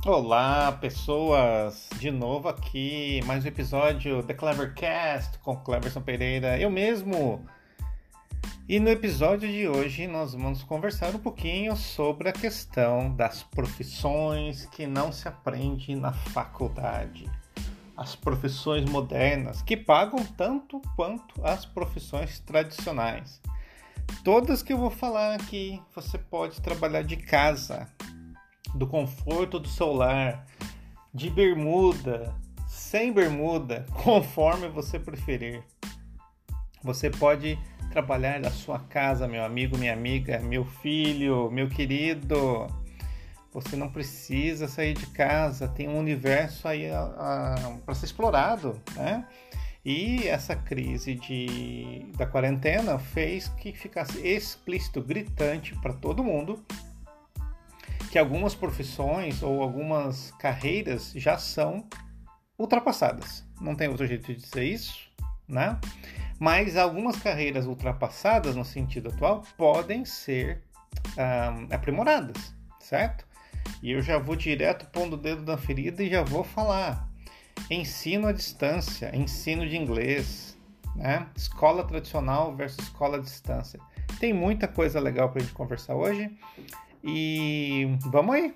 Olá, pessoas! De novo aqui, mais um episódio The Clevercast com Cleverson Pereira, eu mesmo. E no episódio de hoje nós vamos conversar um pouquinho sobre a questão das profissões que não se aprende na faculdade. As profissões modernas que pagam tanto quanto as profissões tradicionais. Todas que eu vou falar aqui, você pode trabalhar de casa, do conforto do seu lar, de bermuda, sem bermuda, conforme você preferir. Você pode trabalhar da sua casa, meu amigo, minha amiga, meu filho, meu querido. Você não precisa sair de casa, tem um universo aí para ser explorado, né? E essa crise da quarentena fez que ficasse explícito, gritante para todo mundo, que algumas profissões ou algumas carreiras já são ultrapassadas. Não tem outro jeito de dizer isso, né? Mas algumas carreiras ultrapassadas no sentido atual podem ser aprimoradas, certo? E eu já vou direto pondo o dedo na ferida e já vou falar. Ensino à distância, ensino de inglês, né? Escola tradicional versus escola à distância. Tem muita coisa legal para a gente conversar hoje. E vamos aí!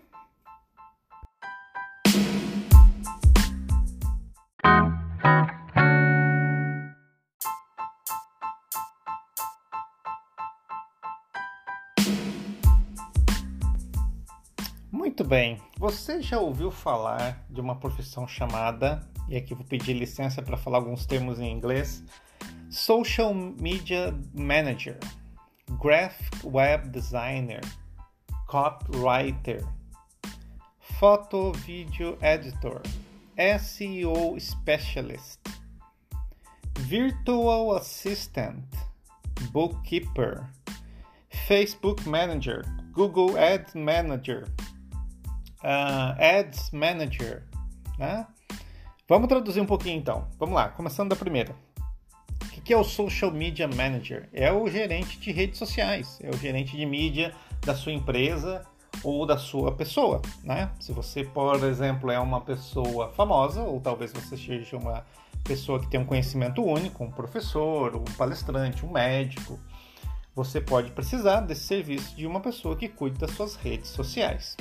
Muito bem, você já ouviu falar de uma profissão chamada, e aqui vou pedir licença para falar alguns termos em inglês, Social Media Manager, Graphic Web Designer, Copywriter, Photo Video Editor, SEO Specialist, Virtual Assistant, Bookkeeper, Facebook Manager, Google Ads Manager, Ads Manager, né? Vamos traduzir um pouquinho então. Vamos lá, começando da primeira. O que é o Social Media Manager? É o gerente de redes sociais, é o gerente de mídia da sua empresa ou da sua pessoa, né? Se você, por exemplo, é uma pessoa famosa, ou talvez você seja uma pessoa que tem um conhecimento único, um professor, um palestrante, um médico, você pode precisar desse serviço de uma pessoa que cuide das suas redes sociais.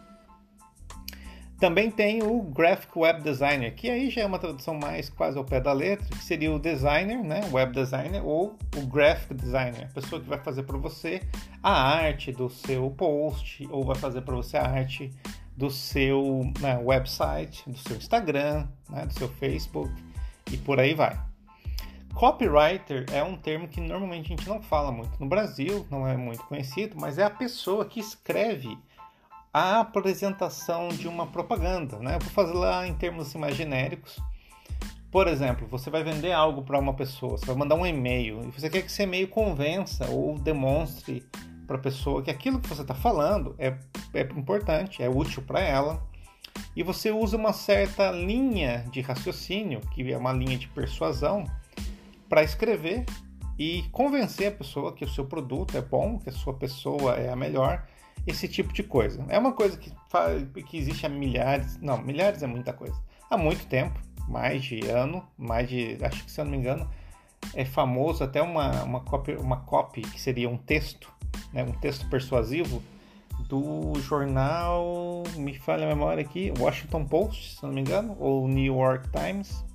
Também tem o Graphic Web Designer, que aí já é uma tradução mais quase ao pé da letra, que seria o designer, né, web designer, ou o graphic designer, a pessoa que vai fazer para você a arte do seu post, ou vai fazer para você a arte do seu website, do seu Instagram, né, do seu Facebook, e por aí vai. Copywriter é um termo que normalmente a gente não fala muito no Brasil, não é muito conhecido, mas é a pessoa que escreve a apresentação de uma propaganda, né? Eu vou fazer lá em termos assim, mais genéricos. Por exemplo, você vai vender algo para uma pessoa, você vai mandar um e-mail e você quer que esse e-mail convença ou demonstre para a pessoa que aquilo que você está falando é importante, é útil para ela. E você usa uma certa linha de raciocínio, que é uma linha de persuasão, para escrever e convencer a pessoa que o seu produto é bom, que a sua pessoa é a melhor. Esse tipo de coisa. É uma coisa que existe há milhares é muita coisa. Há muito tempo, acho que se eu não me engano, é famoso até uma copy que seria um texto, né, um texto persuasivo do jornal, me falha a memória aqui, Washington Post, se eu não me engano, ou New York Times.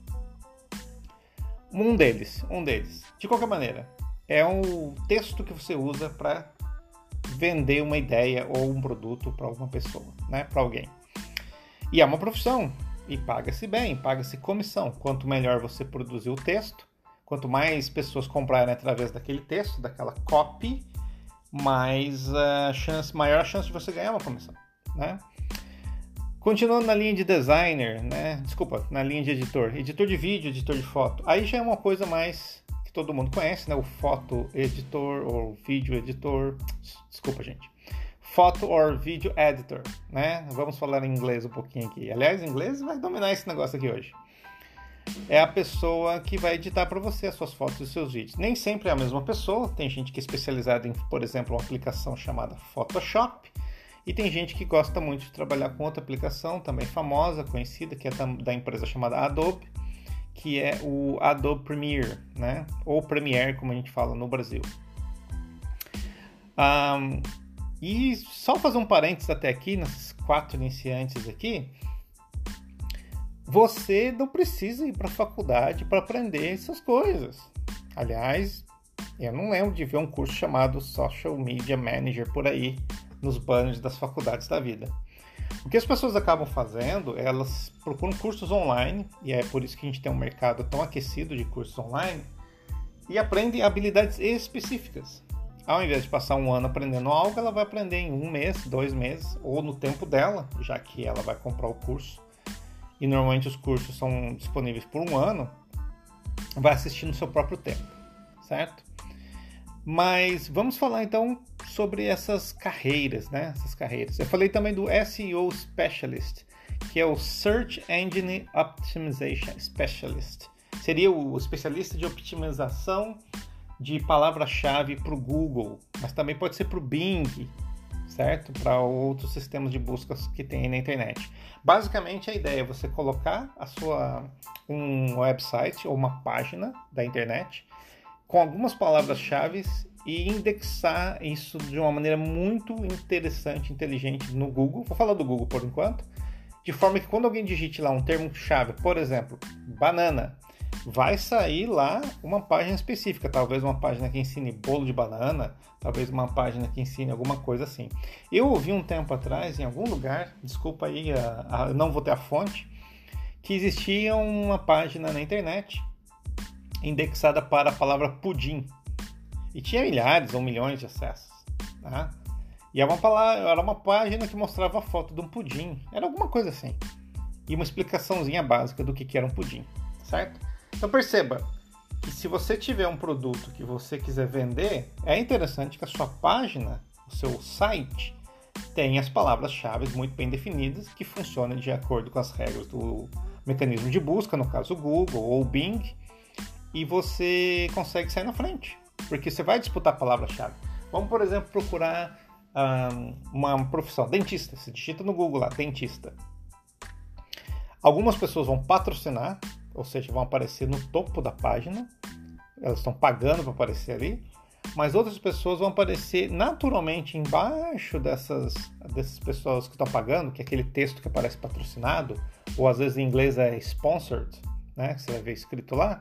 Um deles. De qualquer maneira, é um texto que você usa para vender uma ideia ou um produto para uma pessoa, né, para alguém. E é uma profissão e paga-se bem, paga-se comissão. Quanto melhor você produzir o texto, quanto mais pessoas comprarem através daquele texto, daquela copy, maior a chance de você ganhar uma comissão, né? Continuando na linha de designer, né? Na linha de editor de vídeo, editor de foto. Aí já é uma coisa mais que todo mundo conhece, né? O photo editor ou vídeo editor. Desculpa, gente. Photo or video editor, né? Vamos falar em inglês um pouquinho aqui. Aliás, inglês vai dominar esse negócio aqui hoje. É a pessoa que vai editar para você as suas fotos e os seus vídeos. Nem sempre é a mesma pessoa. Tem gente que é especializada em, por exemplo, uma aplicação chamada Photoshop. E tem gente que gosta muito de trabalhar com outra aplicação, também famosa, conhecida, que é da empresa chamada Adobe, que é o Adobe Premiere, né? Ou Premiere, como a gente fala no Brasil. E só fazer um parênteses até aqui, nesses 4 iniciantes aqui, você não precisa ir para a faculdade para aprender essas coisas. Aliás, eu não lembro de ver um curso chamado Social Media Manager por aí, nos banners das faculdades da vida. O que as pessoas acabam fazendo, elas procuram cursos online, e é por isso que a gente tem um mercado tão aquecido de cursos online, e aprendem habilidades específicas. Ao invés de passar um ano aprendendo algo, ela vai aprender em 1 mês, 2 meses, ou no tempo dela, já que ela vai comprar o curso. E normalmente os cursos são disponíveis por 1 ano, vai assistir no seu próprio tempo, certo? Mas vamos falar então sobre essas carreiras, né? Essas carreiras. Eu falei também do SEO Specialist, que é o Search Engine Optimization Specialist. Seria o especialista de otimização de palavra-chave para o Google, mas também pode ser para o Bing, certo? Para outros sistemas de buscas que tem aí na internet. Basicamente a ideia é você colocar um website ou uma página da internet com algumas palavras-chave e indexar isso de uma maneira muito interessante, inteligente no Google. Vou falar do Google por enquanto, de forma que quando alguém digite lá um termo-chave, por exemplo, banana, vai sair lá uma página específica, talvez uma página que ensine bolo de banana, talvez uma página que ensine alguma coisa assim. Eu ouvi um tempo atrás, em algum lugar, desculpa aí, não vou ter a fonte, que existia uma página na internet indexada para a palavra pudim. E tinha milhares ou milhões de acessos. Tá? E era uma página que mostrava a foto de um pudim. Era alguma coisa assim. E uma explicaçãozinha básica do que era um pudim. Certo? Então perceba que se você tiver um produto que você quiser vender, é interessante que a sua página, o seu site, tenha as palavras-chave muito bem definidas que funcionem de acordo com as regras do mecanismo de busca, no caso o Google ou o Bing, e você consegue sair na frente, porque você vai disputar a palavra-chave. Vamos, por exemplo, procurar uma profissão, dentista. Você digita no Google lá, dentista. Algumas pessoas vão patrocinar, ou seja, vão aparecer no topo da página, elas estão pagando para aparecer ali, mas outras pessoas vão aparecer naturalmente embaixo dessas pessoas que estão pagando, que é aquele texto que aparece patrocinado, ou às vezes em inglês é sponsored, né, que você vai ver escrito lá.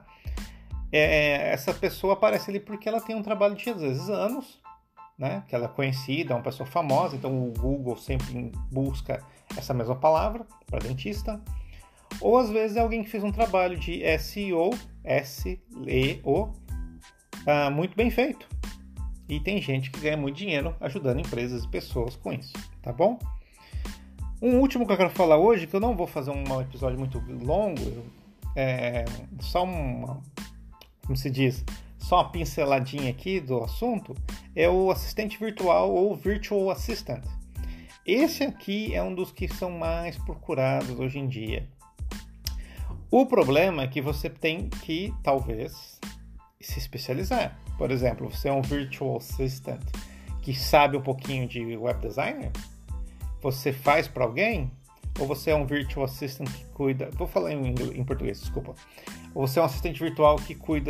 Essa pessoa aparece ali porque ela tem um trabalho de, às vezes, anos, né? Que ela é conhecida, é uma pessoa famosa, então o Google sempre busca essa mesma palavra para dentista. Ou, às vezes, é alguém que fez um trabalho de SEO, muito bem feito. E tem gente que ganha muito dinheiro ajudando empresas e pessoas com isso, tá bom? Um último que eu quero falar hoje, que eu não vou fazer um episódio muito longo, só como se diz, só uma pinceladinha aqui do assunto, é o assistente virtual ou virtual assistant. Esse aqui é um dos que são mais procurados hoje em dia. O problema é que você tem que, talvez, se especializar. Por exemplo, você é um virtual assistant que sabe um pouquinho de web designer? Você faz para alguém? Ou você é um virtual assistant que cuida... Vou falar em português, desculpa. Ou você é um assistente virtual que cuida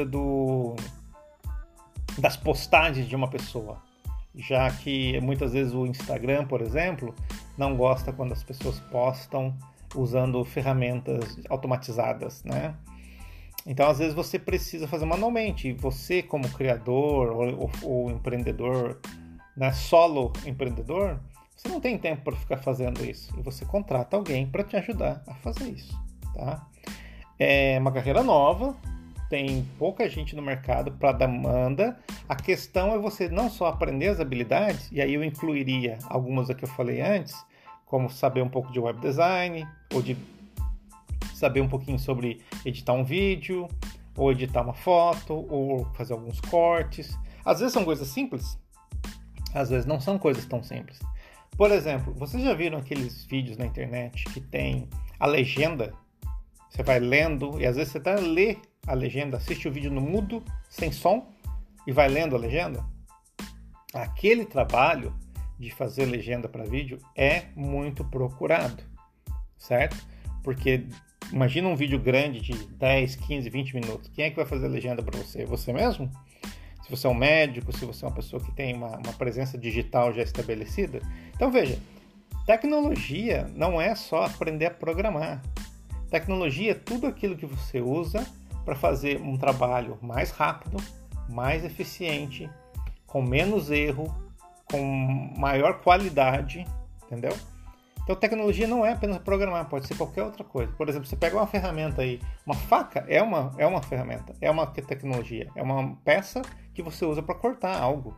das postagens de uma pessoa. Já que muitas vezes o Instagram, por exemplo, não gosta quando as pessoas postam usando ferramentas automatizadas, né? Então, às vezes, você precisa fazer manualmente. Você, como criador ou empreendedor, né, solo empreendedor, você não tem tempo para ficar fazendo isso. E você contrata alguém para te ajudar a fazer isso, tá? É uma carreira nova, tem pouca gente no mercado para demanda. A questão é você não só aprender as habilidades, e aí eu incluiria algumas que eu falei antes, como saber um pouco de web design, ou de saber um pouquinho sobre editar um vídeo, ou editar uma foto, ou fazer alguns cortes. Às vezes são coisas simples, às vezes não são coisas tão simples. Por exemplo, vocês já viram aqueles vídeos na internet que tem a legenda? Você vai lendo, e às vezes você até lê a legenda, assiste o vídeo no mudo, sem som, e vai lendo a legenda. Aquele trabalho de fazer legenda para vídeo é muito procurado, certo? Porque imagina um vídeo grande de 10, 15, 20 minutos. Quem é que vai fazer legenda para você? Você mesmo? Se você é um médico, se você é uma pessoa que tem uma presença digital já estabelecida. Então veja, tecnologia não é só aprender a programar. Tecnologia é tudo aquilo que você usa para fazer um trabalho mais rápido, mais eficiente, com menos erro, com maior qualidade, entendeu? Então tecnologia não é apenas programar, pode ser qualquer outra coisa. Por exemplo, você pega uma ferramenta aí, uma faca é uma ferramenta, é uma tecnologia, é uma peça que você usa para cortar algo.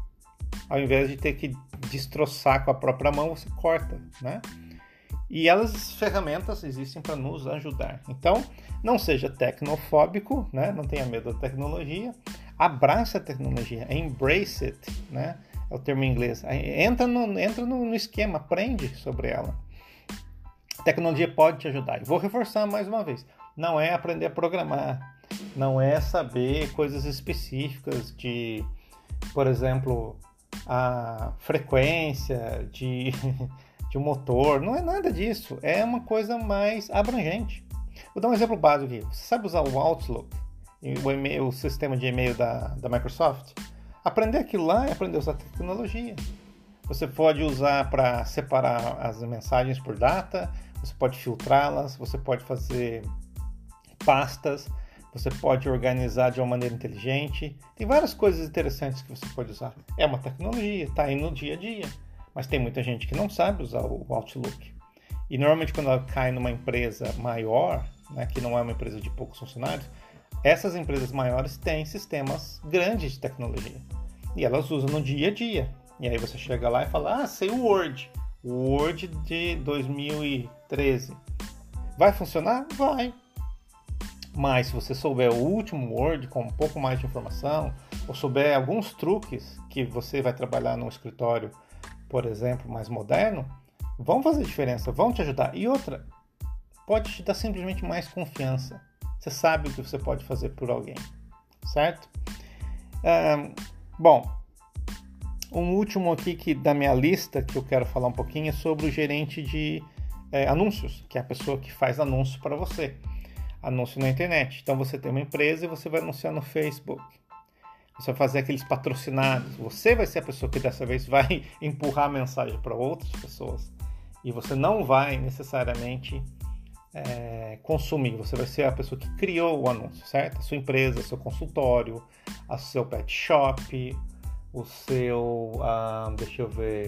Ao invés de ter que destroçar com a própria mão, você corta, né? E as ferramentas existem para nos ajudar. Então, não seja tecnofóbico, né? Não tenha medo da tecnologia. Abrace a tecnologia, embrace it, né? É o termo em inglês. Entra no esquema, aprende sobre ela. A tecnologia pode te ajudar. E vou reforçar mais uma vez. Não é aprender a programar. Não é saber coisas específicas de, por exemplo, a frequência de um motor. Não é nada disso. É uma coisa mais abrangente. Vou dar um exemplo básico aqui. Você sabe usar o Outlook? O sistema de e-mail da Microsoft? Aprender aquilo lá é aprender a usar tecnologia. Você pode usar para separar as mensagens por data, você pode filtrá-las, você pode fazer pastas, você pode organizar de uma maneira inteligente. Tem várias coisas interessantes que você pode usar. É uma tecnologia, está aí no dia a dia. Mas tem muita gente que não sabe usar o Outlook. E normalmente quando ela cai numa empresa maior, né, que não é uma empresa de poucos funcionários, essas empresas maiores têm sistemas grandes de tecnologia. E elas usam no dia a dia. E aí você chega lá e fala, sei o Word. O Word de 2013. Vai funcionar? Vai. Mas se você souber o último Word com um pouco mais de informação, ou souber alguns truques que você vai trabalhar num escritório, por exemplo, mais moderno, vão fazer diferença, vão te ajudar. E outra, pode te dar simplesmente mais confiança. Você sabe o que você pode fazer por alguém, certo? Bom, um último aqui da minha lista que eu quero falar um pouquinho é sobre o gerente de anúncios, que é a pessoa que faz anúncio para você, anúncio na internet. Então você tem uma empresa e você vai anunciar no Facebook. Você vai fazer aqueles patrocinados. Você vai ser a pessoa que dessa vez vai empurrar a mensagem para outras pessoas. E você não vai necessariamente consumir. Você vai ser a pessoa que criou o anúncio, certo? A sua empresa, o seu consultório, o seu pet shop, o seu, deixa eu ver,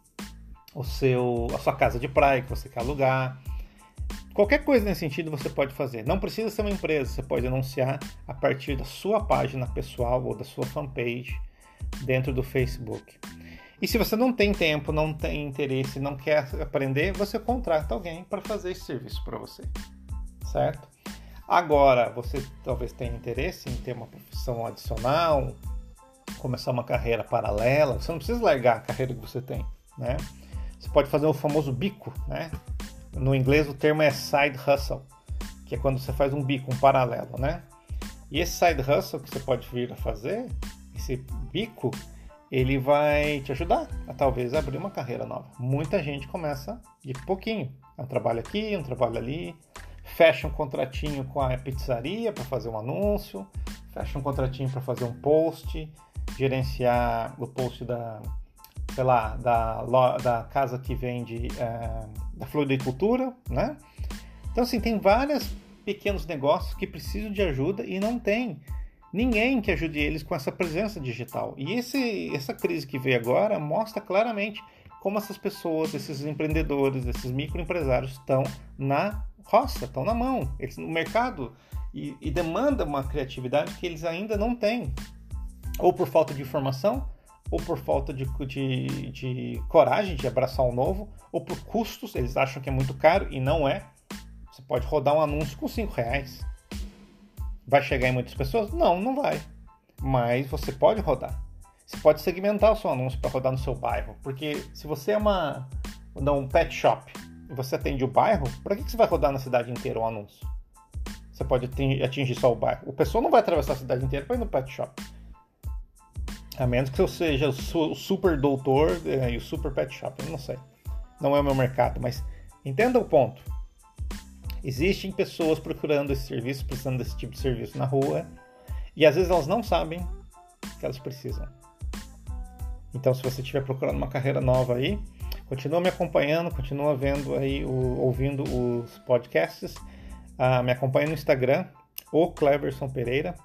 a sua casa de praia que você quer alugar. Qualquer coisa nesse sentido você pode fazer. Não precisa ser uma empresa, você pode anunciar a partir da sua página pessoal ou da sua fanpage dentro do Facebook. E se você não tem tempo, não tem interesse, não quer aprender, você contrata alguém para fazer esse serviço para você, certo? Agora, você talvez tenha interesse em ter uma profissão adicional, começar uma carreira paralela. Você não precisa largar a carreira que você tem, né? Você pode fazer o famoso bico, né? No inglês o termo é side hustle, que é quando você faz um bico, um paralelo, né? E esse side hustle que você pode vir a fazer, esse bico, ele vai te ajudar a talvez abrir uma carreira nova. Muita gente começa de pouquinho. Um trabalho aqui, um trabalho ali, fecha um contratinho com a pizzaria para fazer um anúncio, fecha um contratinho para fazer um post, gerenciar o post da casa que vende da floricultura, né? Então, assim, tem vários pequenos negócios que precisam de ajuda e não tem ninguém que ajude eles com essa presença digital. E essa crise que veio agora mostra claramente como essas pessoas, esses empreendedores, esses microempresários estão na roça, estão na mão, eles no mercado e demanda uma criatividade que eles ainda não têm, ou por falta de informação, ou por falta de coragem de abraçar o novo, ou por custos, eles acham que é muito caro e não é. Você pode rodar um anúncio com R$5. Vai chegar em muitas pessoas? Não, não vai. Mas você pode rodar. Você pode segmentar o seu anúncio para rodar no seu bairro. Porque se você é um pet shop e você atende o bairro, para que você vai rodar na cidade inteira um anúncio? Você pode atingir só o bairro. O pessoal não vai atravessar a cidade inteira para ir no pet shop. A menos que eu seja o super doutor e o super pet shop, eu não sei. Não é o meu mercado, mas entenda o ponto. Existem pessoas procurando esse serviço, precisando desse tipo de serviço na rua, e às vezes elas não sabem que elas precisam. Então, se você estiver procurando uma carreira nova aí, continua me acompanhando, continua vendo aí, ouvindo os podcasts. Me acompanha no Instagram, o Cleverson Pereira.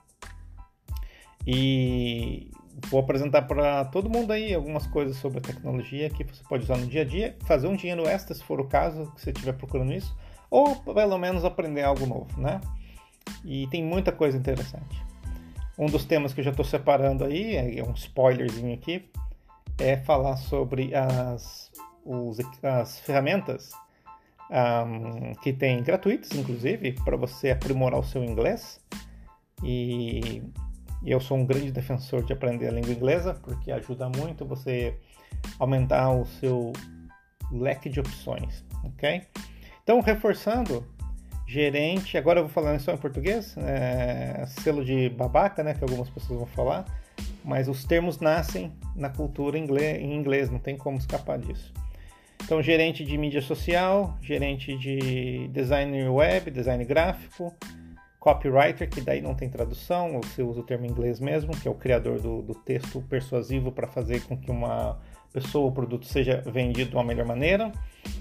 E vou apresentar para todo mundo aí algumas coisas sobre a tecnologia que você pode usar no dia a dia, fazer um dinheiro extra, se for o caso, que você estiver procurando isso, ou pelo menos aprender algo novo, né? E tem muita coisa interessante. Um dos temas que eu já estou separando aí, é um spoilerzinho aqui, é falar sobre as ferramentas que tem gratuitas, inclusive, para você aprimorar o seu inglês. E eu sou um grande defensor de aprender a língua inglesa, porque ajuda muito você aumentar o seu leque de opções, ok? Então, reforçando, gerente, agora eu vou falando só em português, selo de babaca, né, que algumas pessoas vão falar, mas os termos nascem na cultura em inglês, não tem como escapar disso. Então, gerente de mídia social, gerente de design web, design gráfico, copywriter, que daí não tem tradução, você usa o termo em inglês mesmo, que é o criador do texto persuasivo para fazer com que uma pessoa ou produto seja vendido de uma melhor maneira.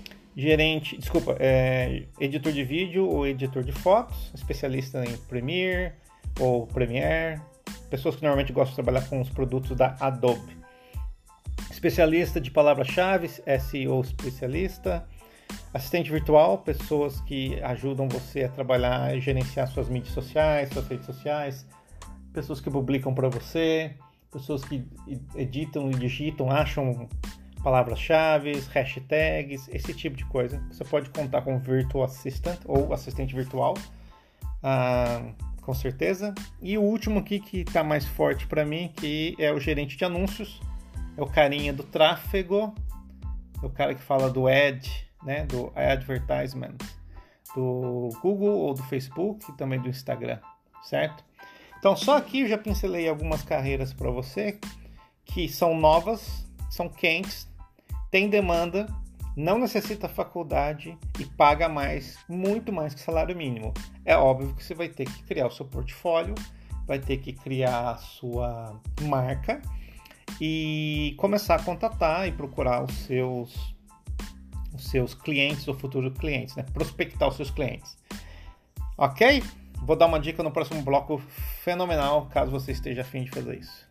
Editor de vídeo ou editor de fotos, especialista em Premiere ou Premiere, pessoas que normalmente gostam de trabalhar com os produtos da Adobe. Especialista de palavras-chave, SEO especialista. Assistente virtual, pessoas que ajudam você a trabalhar e gerenciar suas mídias sociais, suas redes sociais, pessoas que publicam para você, pessoas que editam e digitam, acham palavras-chave, hashtags, esse tipo de coisa. Você pode contar com Virtual Assistant ou assistente virtual, com certeza. E o último aqui que está mais forte para mim, que é o gerente de anúncios, é o carinha do tráfego, é o cara que fala do ad, né, do advertisement, do Google ou do Facebook e também do Instagram, certo? Então, só aqui eu já pincelei algumas carreiras para você que são novas, são quentes, tem demanda, não necessita faculdade e paga mais, muito mais que salário mínimo. É óbvio que você vai ter que criar o seu portfólio, vai ter que criar a sua marca e começar a contatar e procurar os seus clientes ou futuros clientes, né? Prospectar os seus clientes. Ok? Vou dar uma dica no próximo bloco fenomenal, caso você esteja a fim de fazer isso.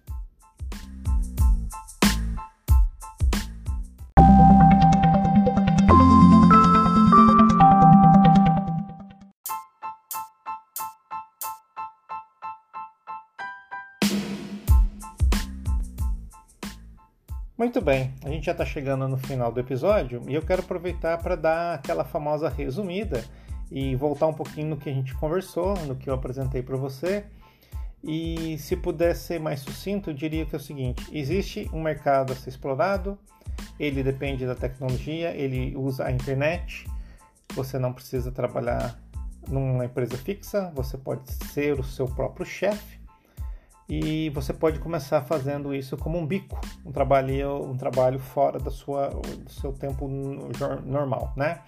Muito bem, a gente já está chegando no final do episódio e eu quero aproveitar para dar aquela famosa resumida e voltar um pouquinho no que a gente conversou, no que eu apresentei para você. E se puder ser mais sucinto, eu diria que é o seguinte: existe um mercado a ser explorado, ele depende da tecnologia, ele usa a internet, você não precisa trabalhar numa empresa fixa, você pode ser o seu próprio chefe. E você pode começar fazendo isso como um bico, um trabalho fora do seu tempo normal, né?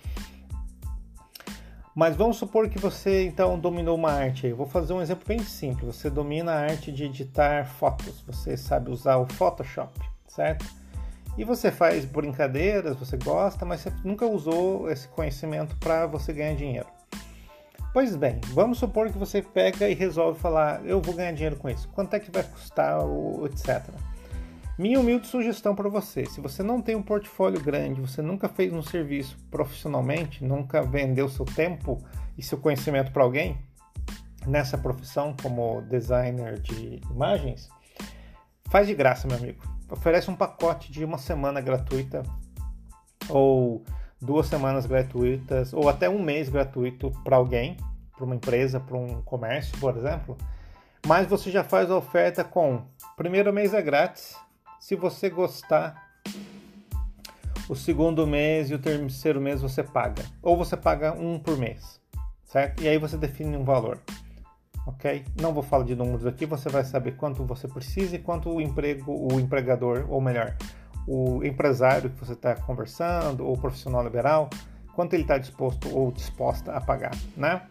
Mas vamos supor que você, então, dominou uma arte. Eu vou fazer um exemplo bem simples. Você domina a arte de editar fotos, você sabe usar o Photoshop, certo? E você faz brincadeiras, você gosta, mas você nunca usou esse conhecimento para você ganhar dinheiro. Pois bem, vamos supor que você pega e resolve falar: eu vou ganhar dinheiro com isso, quanto é que vai custar, etc. Minha humilde sugestão para você: se você não tem um portfólio grande, você nunca fez um serviço profissionalmente, nunca vendeu seu tempo e seu conhecimento para alguém nessa profissão como designer de imagens, faz de graça, meu amigo. Oferece um pacote de 1 semana gratuita ou 2 semanas gratuitas, ou até 1 mês gratuito para alguém, para uma empresa, para um comércio, por exemplo. Mas você já faz a oferta com: primeiro mês é grátis, se você gostar, o segundo mês e o terceiro mês você paga. Ou você paga 1 por mês, certo? E aí você define um valor. ok? Não vou falar de números aqui, você vai saber quanto você precisa e quanto o empregador, ou melhor, o empresário que você está conversando, ou profissional liberal, quanto ele está disposto ou disposta a pagar, né?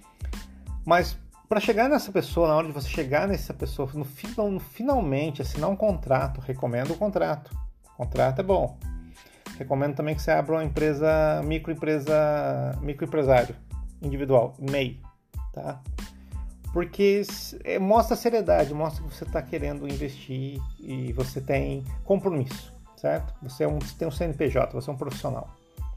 Mas para chegar nessa pessoa, na hora de você chegar nessa pessoa, finalmente assinar um contrato, recomendo o contrato. O contrato é bom. Recomendo também que você abra uma microempresário individual, MEI, tá? Porque mostra seriedade, mostra que você está querendo investir e você tem compromisso, certo? Você tem um CNPJ, você é um profissional,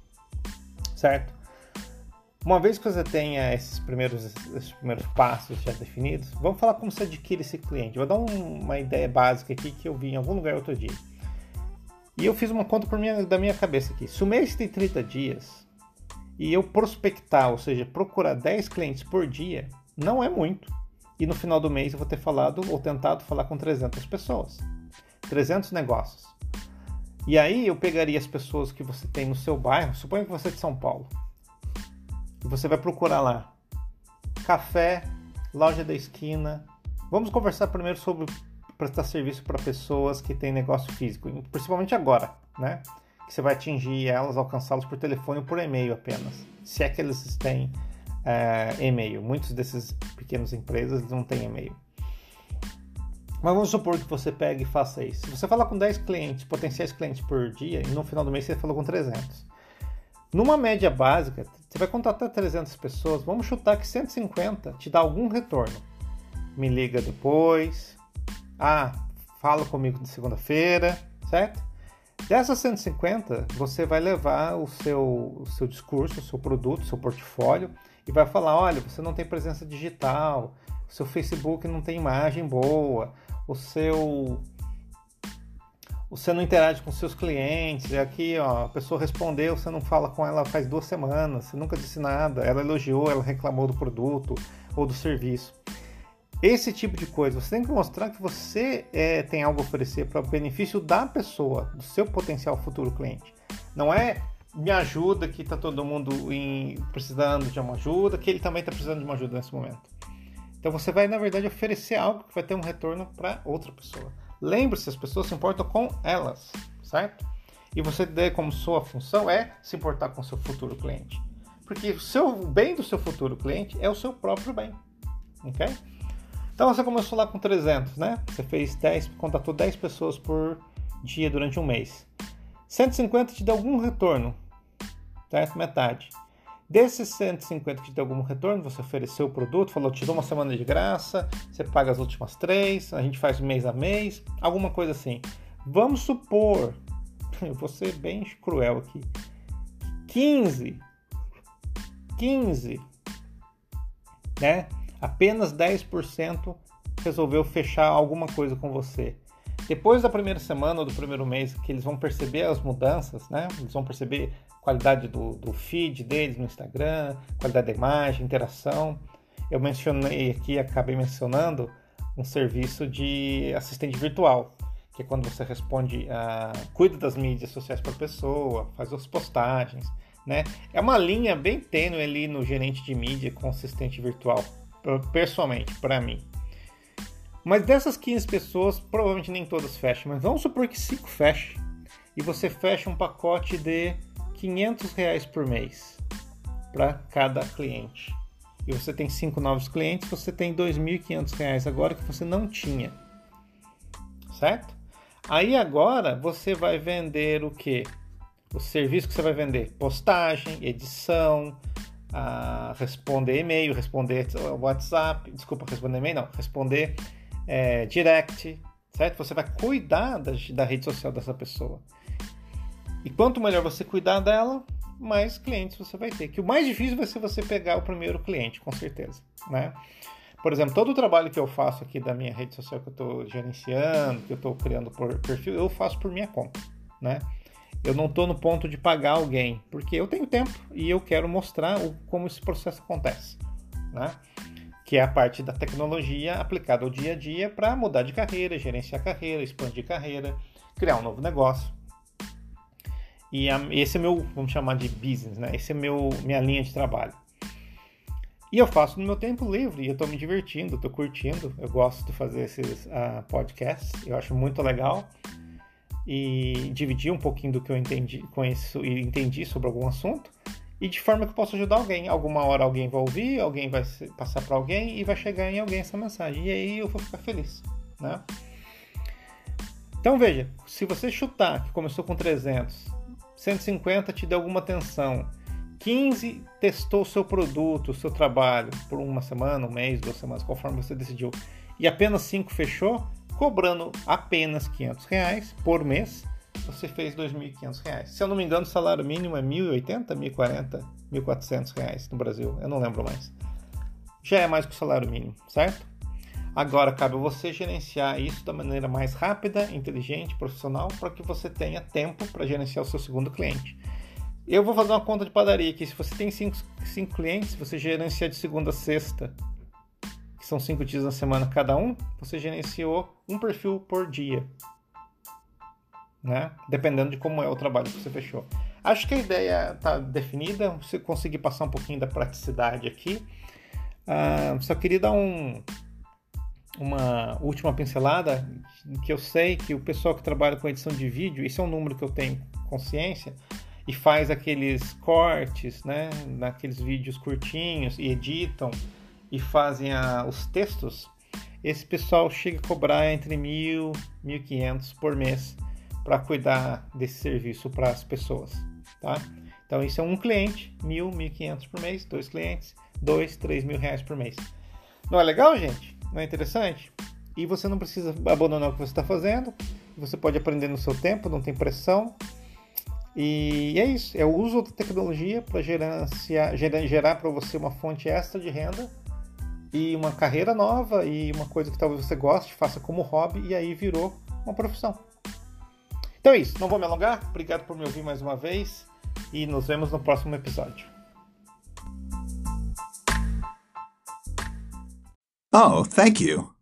certo? Uma vez que você tenha esses primeiros passos já definidos, vamos falar como você adquire esse cliente. Vou dar uma ideia básica aqui que eu vi em algum lugar outro dia. E eu fiz uma conta da minha cabeça aqui. Se o mês tem 30 dias e eu prospectar, ou seja, procurar 10 clientes por dia, não é muito. E no final do mês eu vou ter falado ou tentado falar com 300 pessoas. 300 negócios. E aí eu pegaria as pessoas que você tem no seu bairro, suponha que você é de São Paulo. E você vai procurar lá café, loja da esquina. Vamos conversar primeiro sobre prestar serviço para pessoas que têm negócio físico, principalmente agora, né? Que você vai atingir elas, alcançá-las por telefone ou por e-mail apenas, se é que eles têm e-mail. Muitos desses pequenas empresas não têm e-mail. Mas vamos supor que você pegue e faça isso. Se você falar com 10 clientes, potenciais clientes por dia, e no final do mês você falou com 300. Numa média básica, você vai contatar 300 pessoas, vamos chutar que 150 te dá algum retorno. Me liga depois. Fala comigo de segunda-feira, certo? Dessas 150, você vai levar o seu discurso, o seu produto, o seu portfólio e vai falar, olha, você não tem presença digital, o seu Facebook não tem imagem boa, você não interage com seus clientes, aqui ó, a pessoa respondeu, você não fala com ela faz 2 semanas, você nunca disse nada, ela elogiou, ela reclamou do produto ou do serviço. Esse tipo de coisa, você tem que mostrar que você tem algo a oferecer para o benefício da pessoa, do seu potencial futuro cliente. Não é me ajuda que está todo mundo precisando de uma ajuda, que ele também está precisando de uma ajuda nesse momento. Então você vai, na verdade, oferecer algo que vai ter um retorno para outra pessoa. Lembre-se, as pessoas se importam com elas, certo? E você, como sua função, é se importar com o seu futuro cliente. Porque o bem do seu futuro cliente é o seu próprio bem, ok? Então você começou lá com 300, né? Você contatou 10 pessoas por dia durante um mês. 150 te dá algum retorno, certo? Metade. Desses 150 que te deu algum retorno, você ofereceu o produto, falou, te dou uma semana de graça, você paga as últimas 3, a gente faz mês a mês, alguma coisa assim. Vamos supor, eu vou ser bem cruel aqui, 15, né? Apenas 10% resolveu fechar alguma coisa com você. Depois da primeira semana ou do primeiro mês, que eles vão perceber as mudanças, né? Eles vão perceber a qualidade do feed deles no Instagram, qualidade da imagem, interação. Eu mencionei aqui, acabei mencionando um serviço de assistente virtual, que é quando você responde, cuida das mídias sociais para a pessoa, faz as postagens, né? É uma linha bem tênue ali no gerente de mídia com assistente virtual, pessoalmente, para mim. Mas dessas 15 pessoas, provavelmente nem todas fecham, mas vamos supor que 5 fechem. E você fecha um pacote de R$500 por mês para cada cliente. E você tem 5 novos clientes, você tem R$2.500 agora que você não tinha. Certo? Aí agora você vai vender o quê? O serviço que você vai vender: postagem, edição, responder e-mail, responder WhatsApp, responder e-mail não, responder direct, certo? Você vai cuidar da rede social dessa pessoa. E quanto melhor você cuidar dela, mais clientes você vai ter. Que o mais difícil vai ser você pegar o primeiro cliente, com certeza, né? Por exemplo, todo o trabalho que eu faço aqui da minha rede social que eu estou gerenciando, que eu estou criando por perfil, eu faço por minha conta, né? Eu não estou no ponto de pagar alguém, porque eu tenho tempo e eu quero mostrar como esse processo acontece, né? Que é a parte da tecnologia aplicada ao dia a dia para mudar de carreira, gerenciar carreira, expandir carreira, criar um novo negócio. E esse é meu, vamos chamar de business, né? Esse é minha linha de trabalho. E eu faço no meu tempo livre, e eu tô me divertindo, tô curtindo. Eu gosto de fazer esses podcasts, eu acho muito legal. E dividir um pouquinho do que eu entendi, conheço e entendi sobre algum assunto. E de forma que eu possa ajudar alguém. Alguma hora alguém vai ouvir, alguém vai passar para alguém e vai chegar em alguém essa mensagem. E aí eu vou ficar feliz, né? Então veja, se você chutar que começou com 300, 150 te deu alguma atenção, 15 testou o seu produto, o seu trabalho por uma semana, um mês, 2 semanas, conforme você decidiu, e apenas 5 fechou, cobrando apenas R$500 por mês, você fez R$2.500. Se eu não me engano, o salário mínimo é R$1.080, R$1.040, R$1.400 no Brasil, eu não lembro mais. Já é mais que o salário mínimo, certo? Agora cabe a você gerenciar isso da maneira mais rápida, inteligente, profissional, para que você tenha tempo para gerenciar o seu segundo cliente. Eu vou fazer uma conta de padaria aqui. Se você tem 5 clientes, você gerenciar de segunda a sexta, que são 5 dias na semana cada um, você gerenciou um perfil por dia, né? Dependendo de como é o trabalho que você fechou. Acho que a ideia está definida. Você conseguir passar um pouquinho da praticidade aqui. Só queria dar uma última pincelada, que eu sei que o pessoal que trabalha com edição de vídeo, isso é um número que eu tenho consciência, e faz aqueles cortes, né, naqueles vídeos curtinhos, e editam, e fazem os textos, esse pessoal chega a cobrar entre 1.000 e 1.500 por mês para cuidar desse serviço para as pessoas, tá? Então isso é um cliente, 1.000, 1.500 por mês, 2 clientes, 2, 3 mil reais por mês. Não é legal, gente? Não é interessante? E você não precisa abandonar o que você está fazendo, você pode aprender no seu tempo, não tem pressão. E é isso, é o uso da tecnologia para gerar para você uma fonte extra de renda e uma carreira nova e uma coisa que talvez você goste, faça como hobby e aí virou uma profissão. Então é isso, não vou me alongar, obrigado por me ouvir mais uma vez e nos vemos no próximo episódio. Oh, thank you.